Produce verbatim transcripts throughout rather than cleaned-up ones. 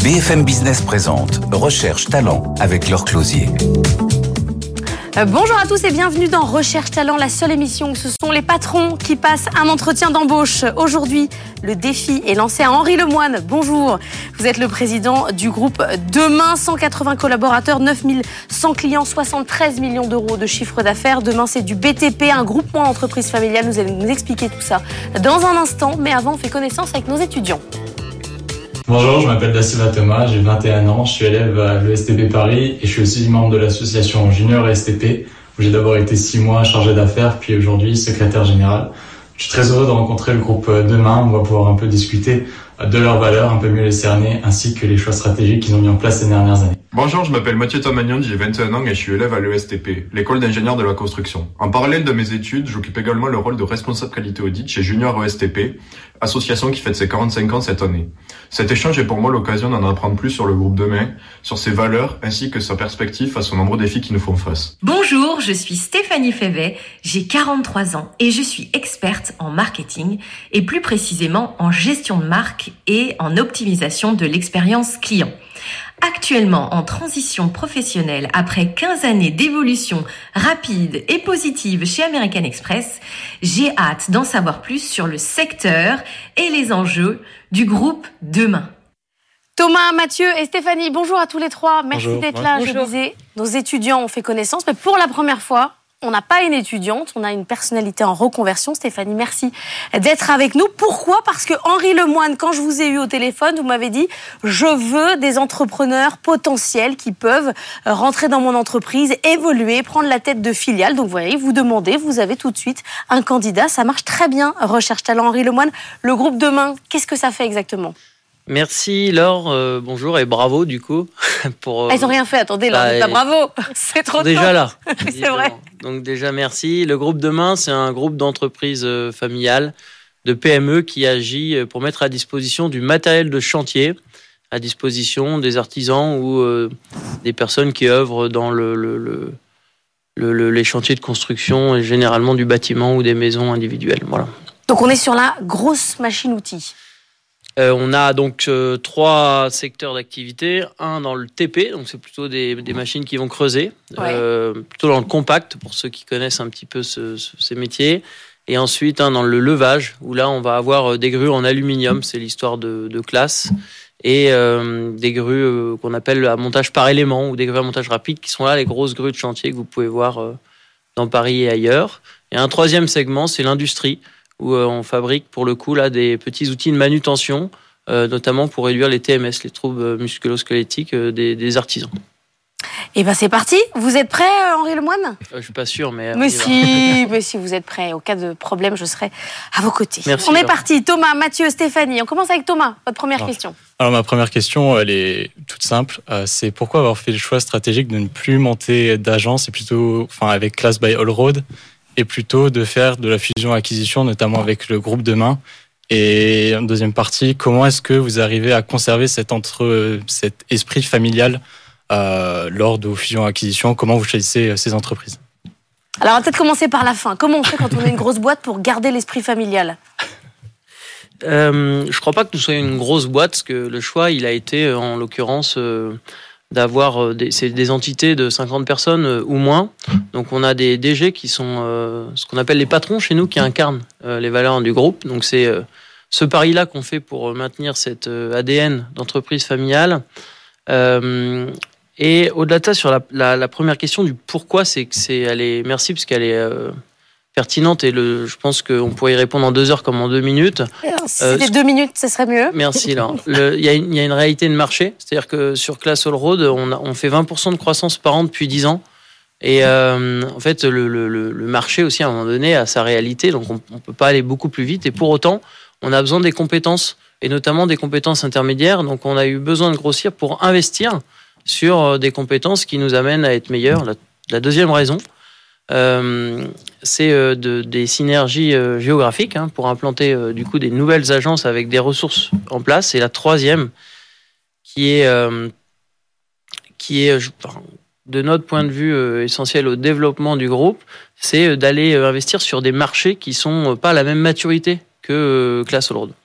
B F M Business présente Recherche Talent avec Laure Closier. Euh, bonjour à tous et bienvenue dans Recherche Talent, la seule émission où ce sont les patrons qui passent un entretien d'embauche. Aujourd'hui, le défi est lancé à Henri Lemoine. Bonjour, vous êtes le président du groupe Demain, cent quatre-vingts collaborateurs, neuf mille cent clients, soixante-treize millions d'euros de chiffre d'affaires. Demain, c'est du B T P, un groupement d'entreprises familiales. Vous allez nous expliquer tout ça dans un instant, mais avant, on fait connaissance avec nos étudiants. Bonjour, je m'appelle Da Silva Thomas, j'ai vingt et un ans, je suis élève à l'E S T P Paris et je suis aussi membre de l'association Junior E S T P où j'ai d'abord été six mois chargé d'affaires puis aujourd'hui secrétaire général. Je suis très heureux de rencontrer le groupe Demain, on va pouvoir un peu discuter de leurs valeurs, un peu mieux les cerner ainsi que les choix stratégiques qu'ils ont mis en place ces dernières années. Bonjour, je m'appelle Mathieu Tomagnon, j'ai vingt et un ans et je suis élève à l'E S T P, l'école d'ingénieurs de la construction. En parallèle de mes études, j'occupe également le rôle de responsable qualité audit chez Junior E S T P, association qui fête ses quarante-cinq ans cette année. Cet échange est pour moi l'occasion d'en apprendre plus sur le groupe Demain, sur ses valeurs ainsi que sa perspective face aux nombreux défis qui nous font face. Bonjour, je suis Stéphanie Févet, j'ai quarante-trois ans et je suis experte en marketing et plus précisément en gestion de marque et en optimisation de l'expérience client. Actuellement en transition professionnelle après quinze années d'évolution rapide et positive chez American Express, j'ai hâte d'en savoir plus sur le secteur et les enjeux du groupe Demain. Thomas, Mathieu et Stéphanie, bonjour à tous les trois. Merci bonjour. d'être là. Bonjour. Je disais, nos étudiants ont fait connaissance, mais pour la première fois, on n'a pas une étudiante, on a une personnalité en reconversion. Stéphanie, merci d'être avec nous. Pourquoi ? Parce que Henri Lemoine, quand je vous ai eu au téléphone, vous m'avez dit « Je veux des entrepreneurs potentiels qui peuvent rentrer dans mon entreprise, évoluer, prendre la tête de filiale. » Donc vous voyez, vous demandez, vous avez tout de suite un candidat. Ça marche très bien, Recherche Talent Henri Lemoine. Le groupe Demain, qu'est-ce que ça fait exactement ? Merci Laure, euh, bonjour et bravo du coup. pour. Euh, Ils n'ont rien fait, attendez, Laure, bah, pas bravo, c'est trop tôt. Déjà là. C'est vrai. Donc déjà merci. Le groupe Demain, c'est un groupe d'entreprises euh, familiales, de P M E qui agit pour mettre à disposition du matériel de chantier, à disposition des artisans ou euh, des personnes qui œuvrent dans le, le, le, le, le, les chantiers de construction, et généralement du bâtiment ou des maisons individuelles. Voilà. Donc on est sur la grosse machine-outil. Euh, on a donc euh, trois secteurs d'activité. Un dans le T P, donc c'est plutôt des, des machines qui vont creuser. Ouais. Euh, plutôt dans le compact, pour ceux qui connaissent un petit peu ce, ce, ces métiers. Et ensuite, un dans le levage, où là, on va avoir des grues en aluminium. C'est l'histoire de, de classe. Et euh, des grues euh, qu'on appelle à montage par élément, ou des grues à montage rapide, qui sont là, les grosses grues de chantier que vous pouvez voir euh, dans Paris et ailleurs. Et un troisième segment, c'est l'industrie, où on fabrique pour le coup là des petits outils de manutention, euh, notamment pour réduire les T M S, les troubles musculo-squelettiques euh, des, des artisans. Et ben c'est parti. Vous êtes prêt, Henri Lemoine ? euh, Je suis pas sûr, mais. Mais si, mais si vous êtes prêt. Au cas de problème, je serai à vos côtés. Merci. On est parti. Thomas, Mathieu, Stéphanie. On commence avec Thomas. Votre première alors, question. Alors ma première question, elle est toute simple. Euh, c'est pourquoi avoir fait le choix stratégique de ne plus monter d'agence et plutôt, enfin avec Class by Allroad, et plutôt de faire de la fusion-acquisition, notamment avec le groupe Demain. Et en deuxième partie, comment est-ce que vous arrivez à conserver cet, entre, cet esprit familial euh, lors de vos fusions-acquisitions ? Comment vous choisissez ces entreprises ? Alors, on va peut-être commencer par la fin. Comment on fait quand on a une grosse boîte pour garder l'esprit familial ? euh, Je ne crois pas que nous soyons une grosse boîte, parce que le choix, il a été, en l'occurrence... Euh, d'avoir des, c'est des entités de cinquante personnes euh, ou moins. Donc on a des D G qui sont euh, ce qu'on appelle les patrons chez nous, qui incarnent euh, les valeurs du groupe. Donc c'est euh, ce pari-là qu'on fait pour maintenir cette euh, A D N d'entreprise familiale. Euh, et au-delà de ça, sur la, la, la première question du pourquoi, c'est que c'est, elle est, merci parce qu'elle est euh, pertinente et le, je pense qu'on pourrait y répondre en deux heures comme en deux minutes. Si c'était euh, deux minutes, ce serait mieux. Merci. Il y, y a une réalité de marché, c'est-à-dire que sur Class Allroad, on, a, on fait vingt pour cent de croissance par an depuis dix ans. Et euh, en fait, le, le, le marché aussi, à un moment donné, a sa réalité, donc on ne peut pas aller beaucoup plus vite. Et pour autant, on a besoin des compétences, et notamment des compétences intermédiaires. Donc on a eu besoin de grossir pour investir sur des compétences qui nous amènent à être meilleurs. La, la deuxième raison, Euh, c'est euh, de, des synergies euh, géographiques hein, pour implanter euh, du coup des nouvelles agences avec des ressources en place. Et la troisième, qui est, euh, qui est je, de notre point de vue euh, essentiel au développement du groupe, c'est euh, d'aller euh, investir sur des marchés qui sont euh, pas à la même maturité que euh, Class Allroad.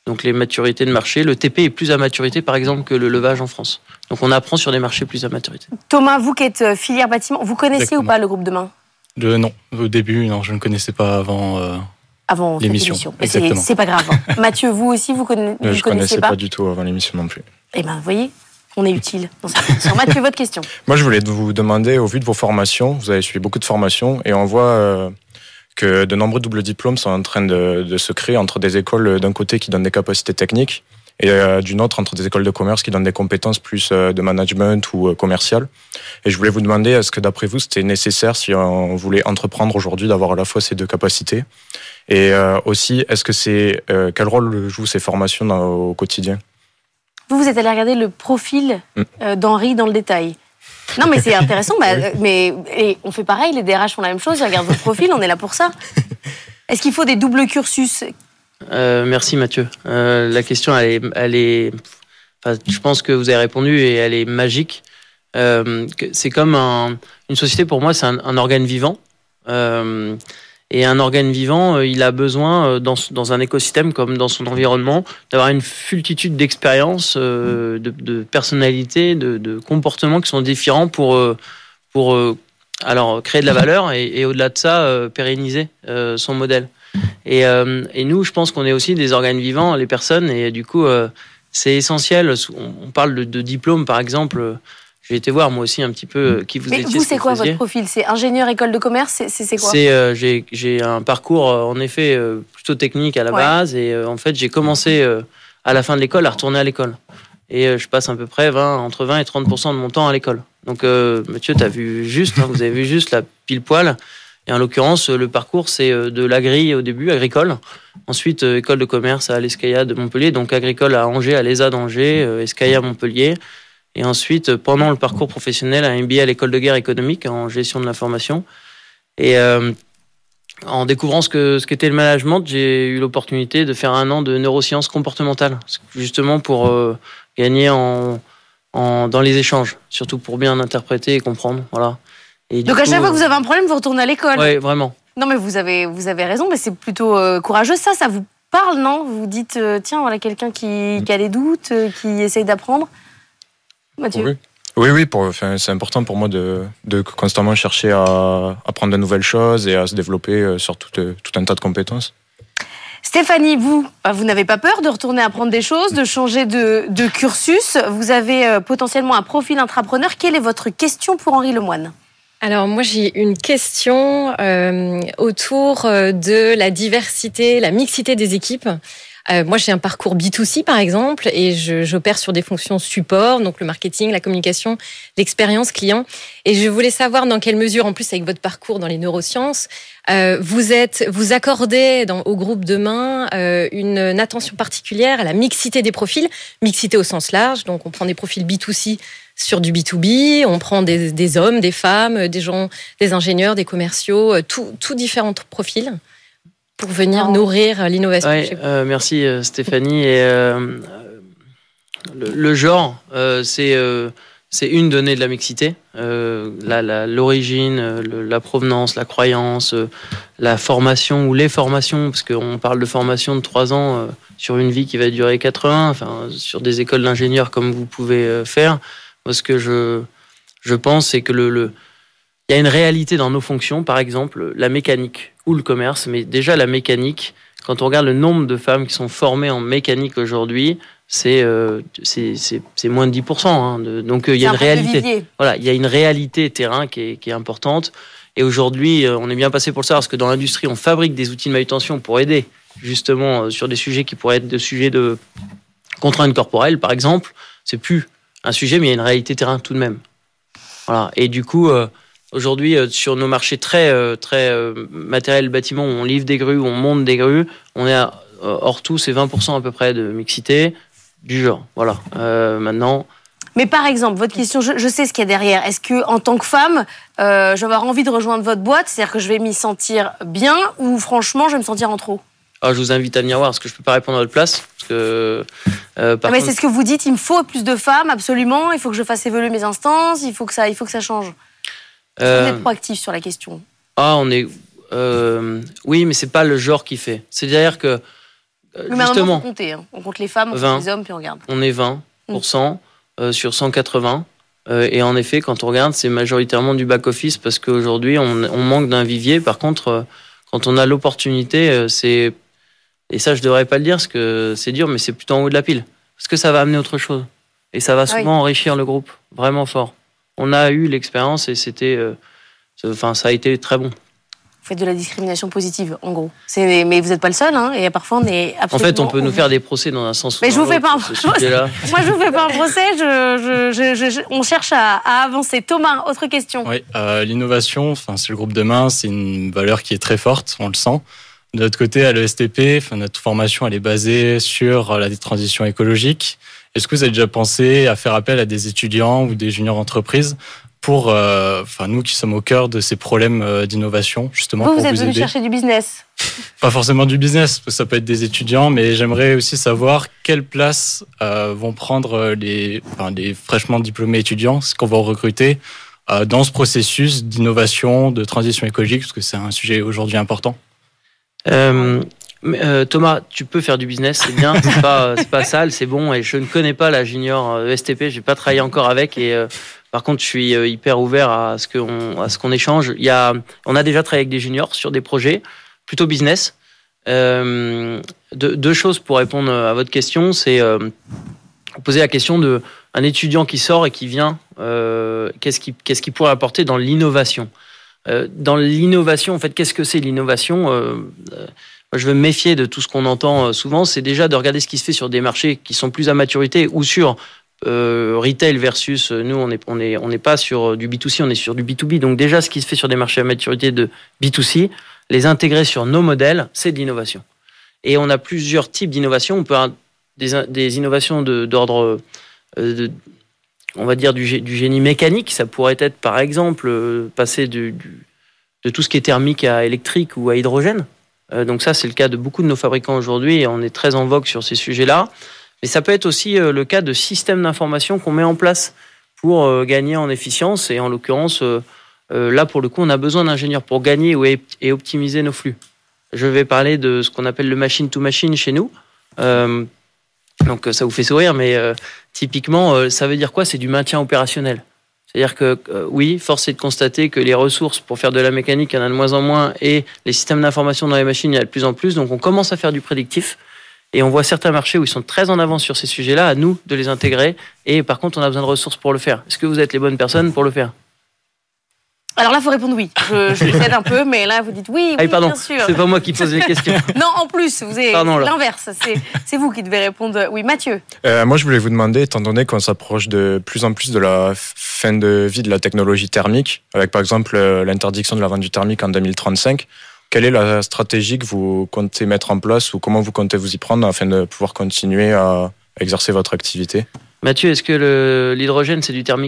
Donc les maturités de marché, le T P est plus à maturité par exemple que le levage en France. Donc on apprend sur des marchés plus à maturité. Thomas, vous qui êtes filière bâtiment, vous connaissiez Exactement. ou pas le groupe Demain ? Le, Non, au début, non, je ne connaissais pas avant, euh, avant l'émission. C'est, c'est pas grave. Hein. Mathieu, vous aussi, vous, conna- vous je connaissiez pas ? Je ne connaissais pas du tout avant l'émission non plus. Eh bien, vous voyez, on est utile dans cette émission. Mathieu, votre question. Moi, je voulais vous demander, au vu de vos formations, vous avez suivi beaucoup de formations, et on voit euh, que de nombreux doubles diplômes sont en train de, de se créer entre des écoles d'un côté qui donnent des capacités techniques, et euh, d'une autre entre des écoles de commerce qui donnent des compétences plus euh, de management ou euh, commerciales. Et je voulais vous demander, est-ce que d'après vous, c'était nécessaire, si on voulait entreprendre aujourd'hui, d'avoir à la fois ces deux capacités ? Et euh, aussi, est-ce que c'est euh, quel rôle jouent ces formations dans, au quotidien ? Vous, vous êtes allé regarder le profil euh, d'Henri dans le détail. Non, mais c'est intéressant. Bah, oui. Mais et on fait pareil, les D R H font la même chose, ils regardent votre profil, on est là pour ça. Est-ce qu'il faut des doubles cursus ? euh, Merci Mathieu. Euh, la question, elle est, elle est, enfin, je pense que vous avez répondu et elle est magique. Euh, c'est comme un, une société, pour moi, c'est un, un organe vivant. Euh, Et un organe vivant, il a besoin, dans, dans un écosystème comme dans son environnement, d'avoir une multitude d'expériences, euh, de, de personnalités, de, de comportements qui sont différents pour, pour euh, alors, créer de la valeur et, et au-delà de ça, euh, pérenniser euh, son modèle. Et, euh, et nous, je pense qu'on est aussi des organes vivants, les personnes, et du coup, euh, c'est essentiel. On parle de, de diplôme, par exemple. J'ai été voir moi aussi un petit peu qui vous Mais étiez. Vous, c'est quoi votre profil ? C'est ingénieur école de commerce ? C'est, c'est, c'est quoi ? C'est, euh, j'ai, j'ai un parcours euh, en effet euh, plutôt technique à la ouais. base et euh, en fait j'ai commencé euh, à la fin de l'école à retourner à l'école et euh, je passe à peu près vingt, entre vingt et trente pour cent de mon temps à l'école. Donc euh, Mathieu, t'as vu juste, hein, vous avez vu juste la pile poil. Et en l'occurrence le parcours c'est euh, de l'agri au début agricole, ensuite euh, école de commerce à l'Escaïa de Montpellier, donc agricole à Angers, à l'E S A d'Angers, euh, Escaïa à Montpellier. Et ensuite, pendant le parcours professionnel, un M B A à l'école de guerre économique en gestion de l'information. Et euh, en découvrant ce, que, ce qu'était le management, j'ai eu l'opportunité de faire un an de neurosciences comportementales, justement pour euh, gagner en, en, dans les échanges, surtout pour bien interpréter et comprendre. Voilà. Et Donc coup, à chaque fois que vous avez un problème, vous retournez à l'école ? Oui, vraiment. Non, mais vous avez, vous avez raison, mais c'est plutôt euh, courageux. Ça, ça vous parle, non ? Vous vous dites, euh, tiens, voilà quelqu'un qui, qui a des doutes, euh, qui essaye d'apprendre. Mathieu. Oui, oui, oui pour, enfin, c'est important pour moi de, de constamment chercher à apprendre de nouvelles choses et à se développer sur tout, tout un tas de compétences. Stéphanie, vous, vous n'avez pas peur de retourner apprendre des choses, de changer de, de cursus. Vous avez potentiellement un profil intrapreneur. Quelle est votre question pour Henri Lemoine ? Alors moi j'ai une question euh, autour de la diversité, la mixité des équipes. Euh, moi, j'ai un parcours B deux C, par exemple, et je, j'opère sur des fonctions support, donc le marketing, la communication, l'expérience client. Et je voulais savoir dans quelle mesure, en plus avec votre parcours dans les neurosciences, euh, vous êtes, vous accordez dans, au groupe Demain euh, une, une attention particulière à la mixité des profils, mixité au sens large. Donc, on prend des profils B deux C sur du B deux B, on prend des, des hommes, des femmes, des gens, des ingénieurs, des commerciaux, tout, tout différents profils. Pour venir oh. nourrir l'innovation. Ouais, euh, merci Stéphanie. Et, euh, le, le genre, euh, c'est, euh, c'est une donnée de la mixité. Euh, la, la, l'origine, le, la provenance, la croyance, euh, la formation ou les formations, parce qu'on parle de formation de trois ans euh, sur une vie qui va durer quatre-vingts, enfin, sur des écoles d'ingénieurs comme vous pouvez euh, faire. Moi, ce que je, je pense, c'est que le... le il y a une réalité dans nos fonctions, par exemple la mécanique ou le commerce, mais déjà la mécanique, quand on regarde le nombre de femmes qui sont formées en mécanique aujourd'hui, c'est, euh, c'est, c'est, c'est moins de dix pour cent. Hein, de, donc euh, il y a une réalité. Voilà, il y a une réalité terrain qui est, qui est importante. Et aujourd'hui, euh, on est bien passé pour le savoir, parce que dans l'industrie, on fabrique des outils de manutention pour aider justement euh, sur des sujets qui pourraient être des sujets de contraintes corporelles, par exemple. C'est plus un sujet, mais il y a une réalité terrain tout de même. Voilà. Et du coup... Euh, Aujourd'hui, euh, sur nos marchés très, euh, très euh, matériels bâtiments, où on livre des grues, où on monte des grues, on est à, euh, hors tout, c'est vingt pour cent à peu près de mixité du genre. Voilà. Euh, maintenant. Mais par exemple, votre question, je, je sais ce qu'il y a derrière. Est-ce que, en tant que femme, euh, je vais avoir envie de rejoindre votre boîte, c'est-à-dire que je vais m'y sentir bien, ou franchement, je vais me sentir en trop ? Ah, je vous invite à venir voir, parce que je peux pas répondre à votre place. Parce que, euh, par mais contre... c'est ce que vous dites. Il me faut plus de femmes, absolument. Il faut que je fasse évoluer mes instances. Il faut que ça, il faut que ça change. Euh, vous êtes proactif sur la question. Ah, on est. Euh, oui, mais c'est pas le genre qui fait. C'est-à-dire que Euh, Mais justement, on compte, hein. On compte les femmes, on vingt, compte les hommes, puis on regarde. On est vingt pour cent mmh. euh, sur cent quatre-vingts. Euh, et en effet, quand on regarde, c'est majoritairement du back-office parce qu'aujourd'hui, on, on manque d'un vivier. Par contre, euh, quand on a l'opportunité, euh, c'est... Et ça, je ne devrais pas le dire parce que c'est dur, mais c'est plutôt en haut de la pile. Parce que ça va amener autre chose. Et ça va souvent oui. enrichir le groupe, vraiment fort. On a eu l'expérience et c'était... Euh, enfin, ça a été très bon. Vous faites de la discrimination positive, en gros. C'est, mais vous n'êtes pas le seul, hein, et parfois on est absolument... En fait, on peut nous faire des procès dans un sens ou mais dans je vous fais pas un procès. Moi, je vous fais pas un procès, je, je, je, je, on cherche à, à avancer. Thomas, autre question. Oui, euh, l'innovation, c'est le groupe demain, c'est une valeur qui est très forte, on le sent. De notre côté, à l'E S T P, notre formation, elle est basée sur la transition écologique. Est-ce que vous avez déjà pensé à faire appel à des étudiants ou des juniors entreprises pour, euh, enfin, nous qui sommes au cœur de ces problèmes euh, d'innovation, justement, vous, pour vous êtes vous venu aider. chercher du business. Pas forcément du business, ça peut être des étudiants, mais j'aimerais aussi savoir quelle place euh, vont prendre les, enfin, les fraîchement diplômés étudiants, ce qu'on va recruter euh, dans ce processus d'innovation, de transition écologique, parce que c'est un sujet aujourd'hui important. Euh, euh, Thomas, tu peux faire du business, c'est bien, c'est pas, c'est pas sale, c'est bon, et je ne connais pas la junior E S T P, j'ai pas travaillé encore avec, et euh, par contre, je suis hyper ouvert à ce qu'on, à ce qu'on échange. Il y a, on a déjà travaillé avec des juniors sur des projets plutôt business. Euh, deux, deux choses pour répondre à votre question, c'est euh, poser la question de un étudiant qui sort et qui vient, euh, qu'est-ce qui, qu'est-ce qui pourrait apporter dans l'innovation. Euh, dans l'innovation, en fait, qu'est-ce que c'est l'innovation euh, euh, Moi, je veux me méfier de tout ce qu'on entend souvent. C'est déjà de regarder ce qui se fait sur des marchés qui sont plus à maturité ou sur Euh, retail versus nous on est on est on n'est pas sur du B deux C, on est sur du B deux B. Donc déjà ce qui se fait sur des marchés à maturité de B deux C, les intégrer sur nos modèles, c'est de l'innovation. Et on a plusieurs types d'innovation. On peut avoir des des innovations de, d'ordre euh, de, on va dire du, du génie mécanique. Ça pourrait être par exemple euh, passer du, du de tout ce qui est thermique à électrique ou à hydrogène. Euh, donc ça c'est le cas de beaucoup de nos fabricants aujourd'hui et on est très en vogue sur ces sujets-là. Mais ça peut être aussi le cas de systèmes d'information qu'on met en place pour gagner en efficience. Et en l'occurrence, là, pour le coup, on a besoin d'ingénieurs pour gagner et optimiser nos flux. Je vais parler de ce qu'on appelle le machine-to-machine chez nous. Euh, donc, ça vous fait sourire, mais euh, typiquement, ça veut dire quoi ? C'est du maintien opérationnel. C'est-à-dire que, euh, oui, force est de constater que les ressources pour faire de la mécanique, il y en a de moins en moins, et les systèmes d'information dans les machines, il y en a de plus en plus. Donc, on commence à faire du prédictif. Et on voit certains marchés où ils sont très en avance sur ces sujets-là, à nous de les intégrer. Et par contre, on a besoin de ressources pour le faire. Est-ce que vous êtes les bonnes personnes pour le faire ? Alors là, il faut répondre oui. Je, je vous aide un peu, mais là, vous dites oui, oui, ah, pardon, bien sûr. C'est pas moi qui pose les questions. Non, en plus, vous êtes pardon, l'inverse. C'est, c'est vous qui devez répondre. Oui, Mathieu. Euh, moi, je voulais vous demander, étant donné qu'on s'approche de plus en plus de la fin de vie de la technologie thermique, avec par exemple l'interdiction de la vente du thermique en deux mille trente-cinq, quelle est la stratégie que vous comptez mettre en place ou comment vous comptez vous y prendre afin de pouvoir continuer à exercer votre activité ? Mathieu, est-ce que le, l'hydrogène, c'est du thermique ?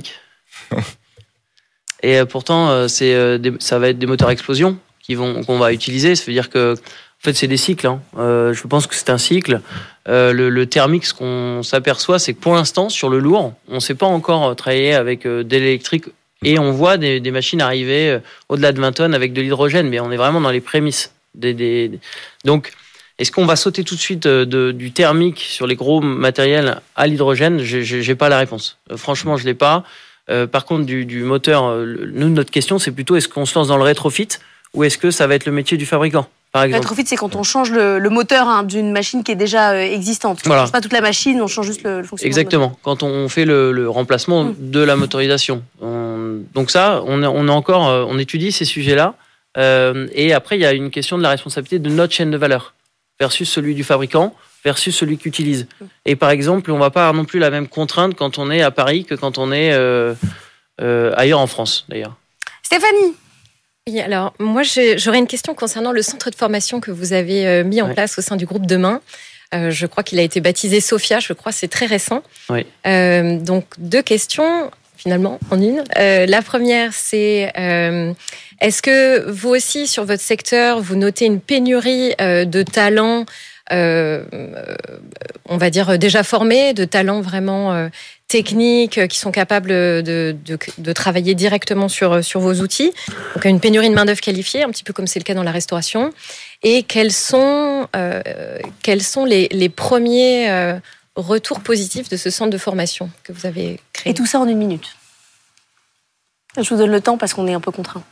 Et pourtant, c'est des, ça va être des moteurs à explosion qui vont, qu'on va utiliser. Ça veut dire que, en fait, c'est des cycles. Hein. Euh, je pense que c'est un cycle. Euh, le, le thermique, ce qu'on s'aperçoit, c'est que pour l'instant, sur le lourd, on ne sait pas encore travailler avec de l'électrique. Et on voit des, des machines arriver au-delà de vingt tonnes avec de l'hydrogène, mais on est vraiment dans les prémices. Des, des, des... Donc, est-ce qu'on va sauter tout de suite de, du thermique sur les gros matériels à l'hydrogène ? Je n'ai pas la réponse. Euh, franchement, je ne l'ai pas. Euh, par contre, du, du moteur, euh, nous, notre question, c'est plutôt est-ce qu'on se lance dans le rétrofit ou est-ce que ça va être le métier du fabricant ? Par exemple. Rétrofit, c'est quand on change le, le moteur hein, d'une machine qui est déjà euh, existante. On ne voilà. change pas toute la machine, on change juste le, le fonctionnement. Exactement, quand on fait le, le remplacement mmh. de la motorisation. On, donc ça, on, on, a encore, on étudie ces sujets-là. Euh, et après, il y a une question de la responsabilité de notre chaîne de valeur versus celui du fabricant, versus celui qui utilise. Mmh. Et par exemple, on ne va pas avoir non plus la même contrainte quand on est à Paris que quand on est euh, euh, ailleurs en France, d'ailleurs. Stéphanie ? Oui, alors moi j'ai, j'aurais une question concernant le centre de formation que vous avez euh, mis en ouais. place au sein du groupe Demain. Euh, je crois qu'il a été baptisé Sophia, je crois c'est très récent. Oui. Euh, donc deux questions finalement en une. Euh, la première c'est euh, est-ce que vous aussi sur votre secteur vous notez une pénurie euh, de talents, euh, on va dire déjà formés, de talents vraiment euh, techniques, qui sont capables de, de, de travailler directement sur, sur vos outils. Donc, une pénurie de main-d'œuvre qualifiée, un petit peu comme c'est le cas dans la restauration. Et quels sont, euh, quels sont les, les premiers euh, retours positifs de ce centre de formation que vous avez créé? Et tout ça en une minute. Je vous donne le temps parce qu'on est un peu contraint.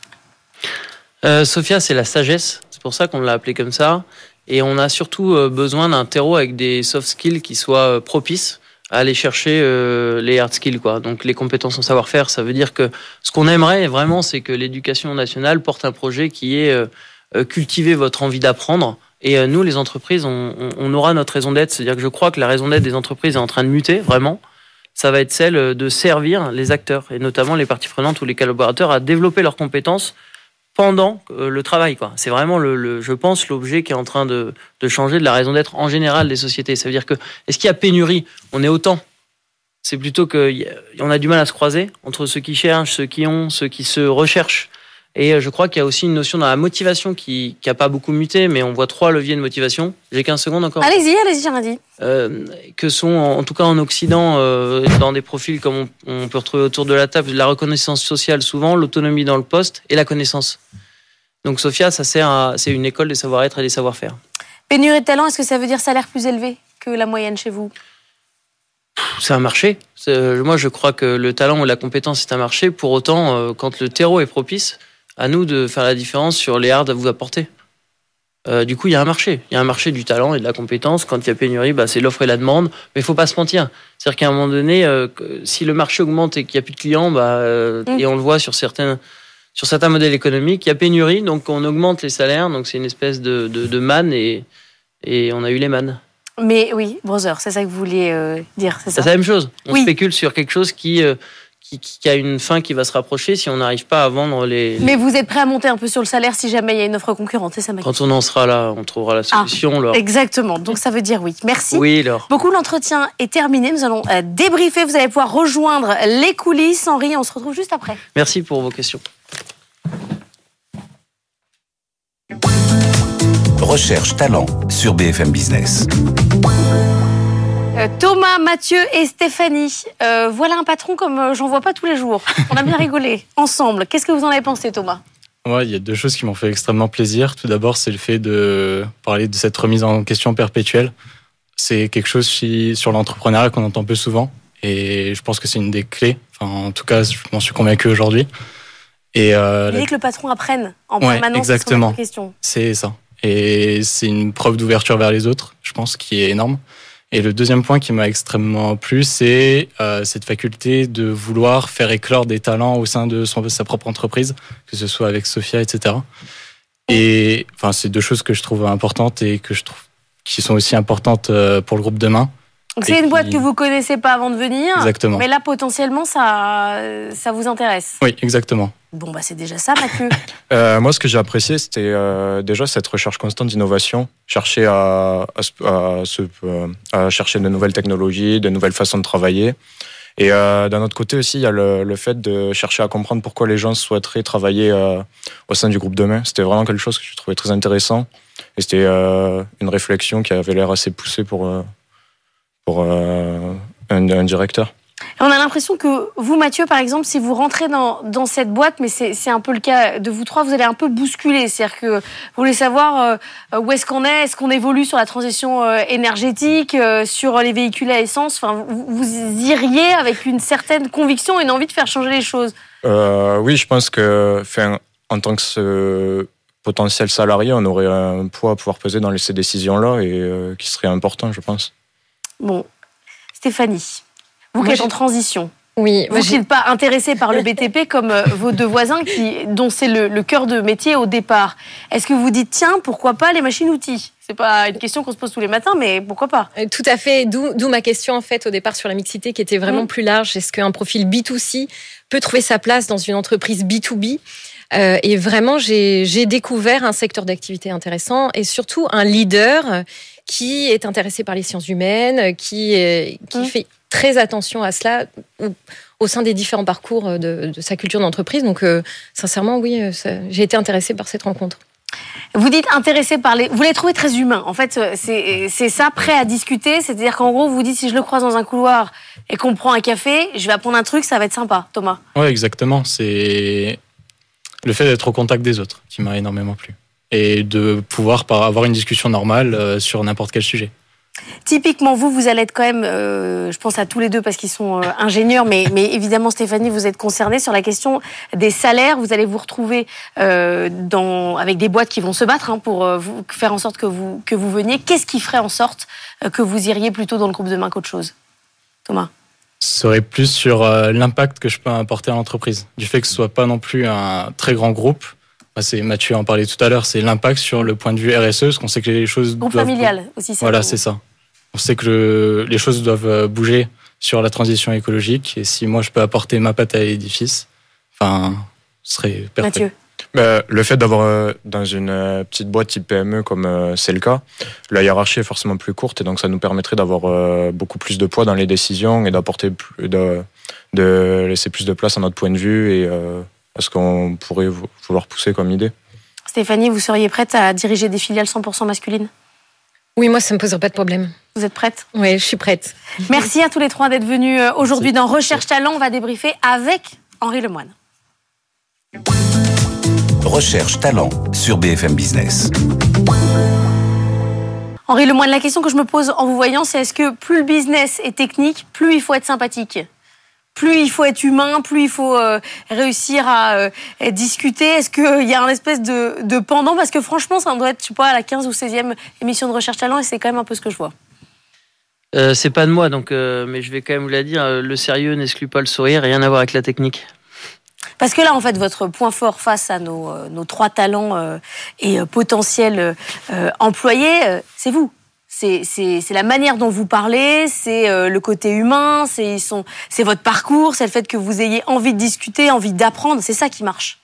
Euh, Sophia, c'est la sagesse. C'est pour ça qu'on l'a appelé comme ça. Et on a surtout besoin d'un terreau avec des soft skills qui soient propices à aller chercher euh, les hard skills, quoi. Donc les compétences en savoir-faire, ça veut dire que ce qu'on aimerait vraiment, c'est que l'éducation nationale porte un projet qui est euh, cultiver votre envie d'apprendre. Et euh, nous, les entreprises, on, on, on aura notre raison d'être. C'est-à-dire que je crois que la raison d'être des entreprises est en train de muter, vraiment. Ça va être celle de servir les acteurs, et notamment les parties prenantes ou les collaborateurs, à développer leurs compétences pendant le travail, quoi. C'est vraiment, le, le, je pense, l'objet qui est en train de, de changer de la raison d'être en général des sociétés. Ça veut dire que, est-ce qu'il y a pénurie? On est autant. C'est plutôt qu'on a du mal à se croiser entre ceux qui cherchent, ceux qui ont, ceux qui se recherchent. Et je crois qu'il y a aussi une notion dans la motivation qui n'a pas beaucoup muté, mais on voit trois leviers de motivation. J'ai quinze secondes encore. Allez-y, allez-y, j'en ai dit. Euh, que sont, en tout cas en Occident, euh, dans des profils comme on, on peut retrouver autour de la table, la reconnaissance sociale souvent, l'autonomie dans le poste et la connaissance. Donc Sophia, ça sert à, c'est une école des savoir-être et des savoir-faire. Pénurie de talent, est-ce que ça veut dire salaire plus élevé que la moyenne chez vous? C'est un marché. C'est, moi, je crois que le talent ou la compétence, c'est un marché. Pour autant, euh, quand le terreau est propice, à nous de faire la différence sur les hards à vous apporter. Euh, du coup, il y a un marché. Il y a un marché du talent et de la compétence. Quand il y a pénurie, bah, c'est l'offre et la demande. Mais il ne faut pas se mentir. C'est-à-dire qu'à un moment donné, euh, si le marché augmente et qu'il n'y a plus de clients, bah, euh, mmh. et on le voit sur certains, sur certains modèles économiques, il y a pénurie, donc on augmente les salaires. Donc c'est une espèce de, de, de manne et, et on a eu les mannes. Mais oui, Brother, c'est ça que vous vouliez euh, dire, c'est ça? C'est la même chose. On oui. spécule sur quelque chose qui... Euh, Qui, qui a une fin qui va se rapprocher si on n'arrive pas à vendre les... Mais vous êtes prêt à monter un peu sur le salaire si jamais il y a une offre concurrente, c'est ça ma question. Quand on en sera là, on trouvera la solution. Ah, Laure. Exactement, donc ça veut dire oui. Merci. Oui, Laure. Beaucoup, l'entretien est terminé, nous allons euh, débriefer, vous allez pouvoir rejoindre les coulisses. Henri, on se retrouve juste après. Merci pour vos questions. Recherche talent sur B F M Business. Euh, Thomas, Mathieu et Stéphanie, euh, voilà un patron comme euh, j'en vois pas tous les jours. On a bien rigolé ensemble. Qu'est-ce que vous en avez pensé, Thomas? Ouais, il y a deux choses qui m'ont fait extrêmement plaisir. Tout d'abord, c'est le fait de parler de cette remise en question perpétuelle. C'est quelque chose qui, sur l'entrepreneuriat qu'on entend peu souvent. Et je pense que c'est une des clés. Enfin, en tout cas, je m'en suis convaincu aujourd'hui. Et euh, la... que le patron apprenne en ouais, permanence exactement. Sur question. C'est ça. Et c'est une preuve d'ouverture vers les autres, je pense, qui est énorme. Et le deuxième point qui m'a extrêmement plu, c'est euh, cette faculté de vouloir faire éclore des talents au sein de son, sa propre entreprise, que ce soit avec Sophia, et cetera. Et enfin, c'est deux choses que je trouve importantes et que je trouve qui sont aussi importantes pour le groupe Demain. Donc c'est une qui... boîte que vous connaissez pas avant de venir. Exactement. Mais là, potentiellement, ça, ça vous intéresse. Oui, exactement. Bon, bah c'est déjà ça, Mathieu. euh, moi, ce que j'ai apprécié, c'était euh, déjà cette recherche constante d'innovation, chercher à, à, à, se, à chercher de nouvelles technologies, de nouvelles façons de travailler. Et euh, d'un autre côté aussi, il y a le, le fait de chercher à comprendre pourquoi les gens souhaiteraient travailler euh, au sein du groupe Demain. C'était vraiment quelque chose que je trouvais très intéressant. Et c'était euh, une réflexion qui avait l'air assez poussée pour, euh, pour euh, un, un directeur. On a l'impression que vous, Mathieu, par exemple, si vous rentrez dans, dans cette boîte, mais c'est, c'est un peu le cas de vous trois, vous allez un peu bousculer. C'est-à-dire que vous voulez savoir euh, où est-ce qu'on est, est-ce qu'on évolue sur la transition euh, énergétique, euh, sur les véhicules à essence. Enfin, vous, vous iriez avec une certaine conviction et une envie de faire changer les choses. Euh, oui, je pense que, enfin, en tant que ce potentiel salarié, on aurait un poids à pouvoir peser dans ces décisions-là et euh, qui serait important, je pense. Bon, Stéphanie. Vous qui êtes en transition, oui, vous n'êtes pas intéressé par le B T P comme euh, vos deux voisins qui, dont c'est le, le cœur de métier au départ. Est-ce que vous dites, tiens, pourquoi pas les machines-outils? C'est pas une question qu'on se pose tous les matins, mais pourquoi pas? Tout à fait, d'où, d'où ma question en fait au départ sur la mixité qui était vraiment mmh. plus large. Est-ce qu'un profil B deux C peut trouver sa place dans une entreprise B deux B? Euh, et vraiment, j'ai, j'ai découvert un secteur d'activité intéressant et surtout un leader qui est intéressé par les sciences humaines, qui, qui mmh. fait très attention à cela au, au sein des différents parcours de, de sa culture d'entreprise. Donc, euh, sincèrement, oui, ça, j'ai été intéressée par cette rencontre. Vous dites intéressé par les... Vous les trouvez très humains. En fait, c'est, c'est ça, prêt à discuter. C'est-à-dire qu'en gros, vous dites, si je le croise dans un couloir et qu'on prend un café, je vais apprendre un truc, ça va être sympa. Thomas? Oui, exactement. C'est le fait d'être au contact des autres qui m'a énormément plu. Et de pouvoir avoir une discussion normale sur n'importe quel sujet. Typiquement, vous, vous allez être quand même, euh, je pense à tous les deux parce qu'ils sont euh, ingénieurs, mais, mais évidemment, Stéphanie, vous êtes concernée sur la question des salaires. Vous allez vous retrouver euh, dans, avec des boîtes qui vont se battre hein, pour euh, vous, faire en sorte que vous, que vous veniez. Qu'est-ce qui ferait en sorte euh, que vous iriez plutôt dans le groupe demain qu'autre chose? Thomas? Ce serait plus sur euh, l'impact que je peux apporter à l'entreprise. Du fait que ce soit pas non plus un très grand groupe. C'est Mathieu en parlait tout à l'heure, c'est l'impact sur le point de vue R S E, parce qu'on sait que les choses groupe doivent... familial aussi. Ça voilà, vous... c'est ça. On sait que le... les choses doivent bouger sur la transition écologique, et si moi je peux apporter ma patte à l'édifice, enfin, ce serait parfait. Mathieu. Ben, le fait d'avoir euh, dans une euh, petite boîte type P M E comme euh, c'est le cas, la hiérarchie est forcément plus courte et donc ça nous permettrait d'avoir euh, beaucoup plus de poids dans les décisions et d'apporter plus de, de laisser plus de place à notre point de vue et euh, à ce qu'on pourrait vouloir pousser comme idée. Stéphanie, vous seriez prête à diriger des filiales cent pour cent masculines? Oui, moi, ça ne me poserait pas de problème. Vous êtes prête? Oui, je suis prête. Merci à tous les trois d'être venus aujourd'hui dans Recherche Talent. On va débriefer avec Henri Lemoine. Recherche Talent sur B F M Business. Henri Lemoine, la question que je me pose en vous voyant, c'est est-ce que plus le business est technique, plus il faut être sympathique? Plus il faut être humain, plus il faut euh, réussir à euh, discuter. Est-ce qu'il y a un espèce de, de pendant? Parce que franchement, ça doit être, je sais pas, la quinze ou seizième émission de Recherche Talent et c'est quand même un peu ce que je vois. Euh, c'est pas de moi, donc, euh, mais je vais quand même vous la dire. Le sérieux n'exclut pas le sourire, rien à voir avec la technique. Parce que là, en fait, votre point fort face à nos, euh, nos trois talents euh, et euh, potentiels euh, employés, euh, c'est vous. C'est, c'est, c'est la manière dont vous parlez, c'est euh, le côté humain, c'est, ils sont, c'est votre parcours, c'est le fait que vous ayez envie de discuter, envie d'apprendre, c'est ça qui marche.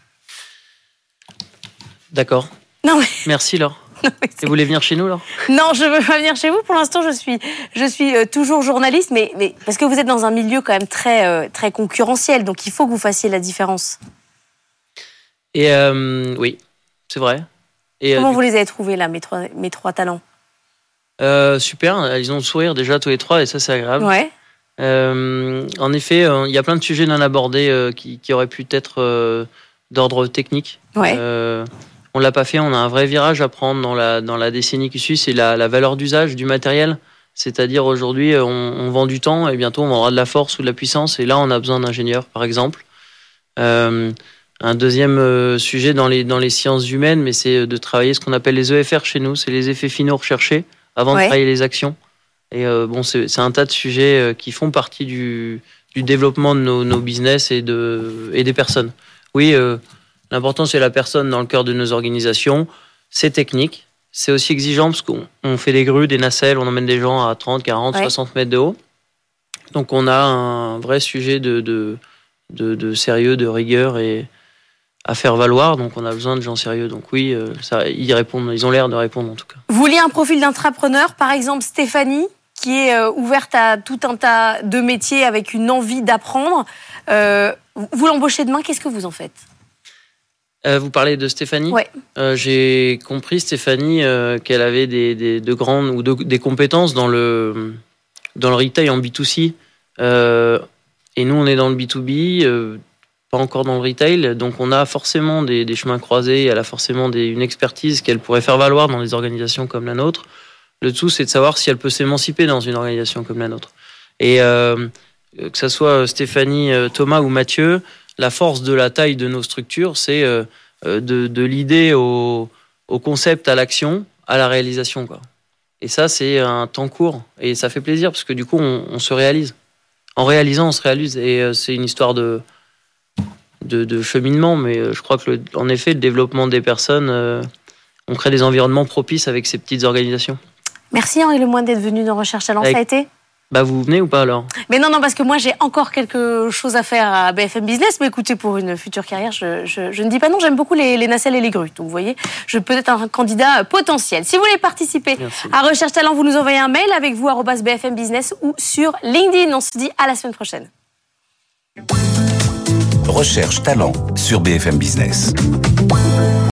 D'accord. Non, mais... Merci, Laure. Non, mais et vous voulez venir chez nous, Laure? Non, je veux pas venir chez vous. Pour l'instant, je suis, je suis euh, toujours journaliste, mais, mais parce que vous êtes dans un milieu quand même très, euh, très concurrentiel, donc il faut que vous fassiez la différence. Et euh, oui, c'est vrai. Et, Comment euh, vous les avez trouvés, là, mes trois, mes trois talents? Euh, super, ils ont le sourire déjà tous les trois et ça c'est agréable. Ouais. Euh, en effet, euh, il y a plein de sujets non abordés euh, qui, qui auraient pu être euh, d'ordre technique. Ouais. Euh, on l'a pas fait, on a un vrai virage à prendre dans la, dans la décennie qui suit, c'est la, la valeur d'usage du matériel. C'est-à-dire aujourd'hui, on, on vend du temps et bientôt on vendra de la force ou de la puissance et là on a besoin d'ingénieurs par exemple. Euh, un deuxième euh, sujet dans les, dans les sciences humaines, mais c'est de travailler ce qu'on appelle les E F R chez nous, c'est les effets finaux recherchés. Avant ouais. de travailler les actions. Et euh, bon, c'est, c'est un tas de sujets euh, qui font partie du, du développement de nos, nos business et, de, et des personnes. Oui, euh, l'important, c'est la personne dans le cœur de nos organisations. C'est technique. C'est aussi exigeant parce qu'on on fait des grues, des nacelles, on emmène des gens à trente, quarante, ouais. soixante mètres de haut. Donc, on a un vrai sujet de, de, de, de sérieux, de rigueur et à faire valoir, donc on a besoin de gens sérieux. Donc oui, euh, ça, ils répondent, ils ont l'air de répondre en tout cas. Vous vouliez un profil d'entrepreneur, par exemple Stéphanie, qui est euh, ouverte à tout un tas de métiers avec une envie d'apprendre. Euh, vous l'embauchez demain, qu'est-ce que vous en faites? euh, Vous parlez de Stéphanie? Ouais. Euh, j'ai compris, Stéphanie, euh, qu'elle avait des, des, de grandes ou de, des compétences dans le, dans le retail en B deux C. Euh, et nous, on est dans le B deux B. Euh, pas encore dans le retail, donc on a forcément des, des chemins croisés, elle a forcément des, une expertise qu'elle pourrait faire valoir dans des organisations comme la nôtre. Le tout, c'est de savoir si elle peut s'émanciper dans une organisation comme la nôtre. Et euh, que ce soit Stéphanie, Thomas ou Mathieu, la force de la taille de nos structures, c'est euh, de, de l'idée au, au concept, à l'action, à la réalisation, quoi. Et ça, c'est un temps court, et ça fait plaisir, parce que du coup, on, on se réalise. En réalisant, on se réalise, et euh, c'est une histoire de... De, de cheminement, mais je crois que, le, en effet, le développement des personnes, euh, on crée des environnements propices avec ces petites organisations. Merci Henri Lemoine d'être venu dans Recherche Talent, avec... ça a été Bah vous venez ou pas alors? Mais non, non, parce que moi j'ai encore quelque chose à faire à B F M Business, mais écoutez, pour une future carrière, je, je, je ne dis pas non, j'aime beaucoup les, les nacelles et les grues, donc vous voyez, je peux être un candidat potentiel. Si vous voulez participer Merci. à Recherche Talent, vous nous envoyez un mail avec vous, arobase B F M Business ou sur LinkedIn. On se dit à la semaine prochaine. Recherche Talent sur B F M Business.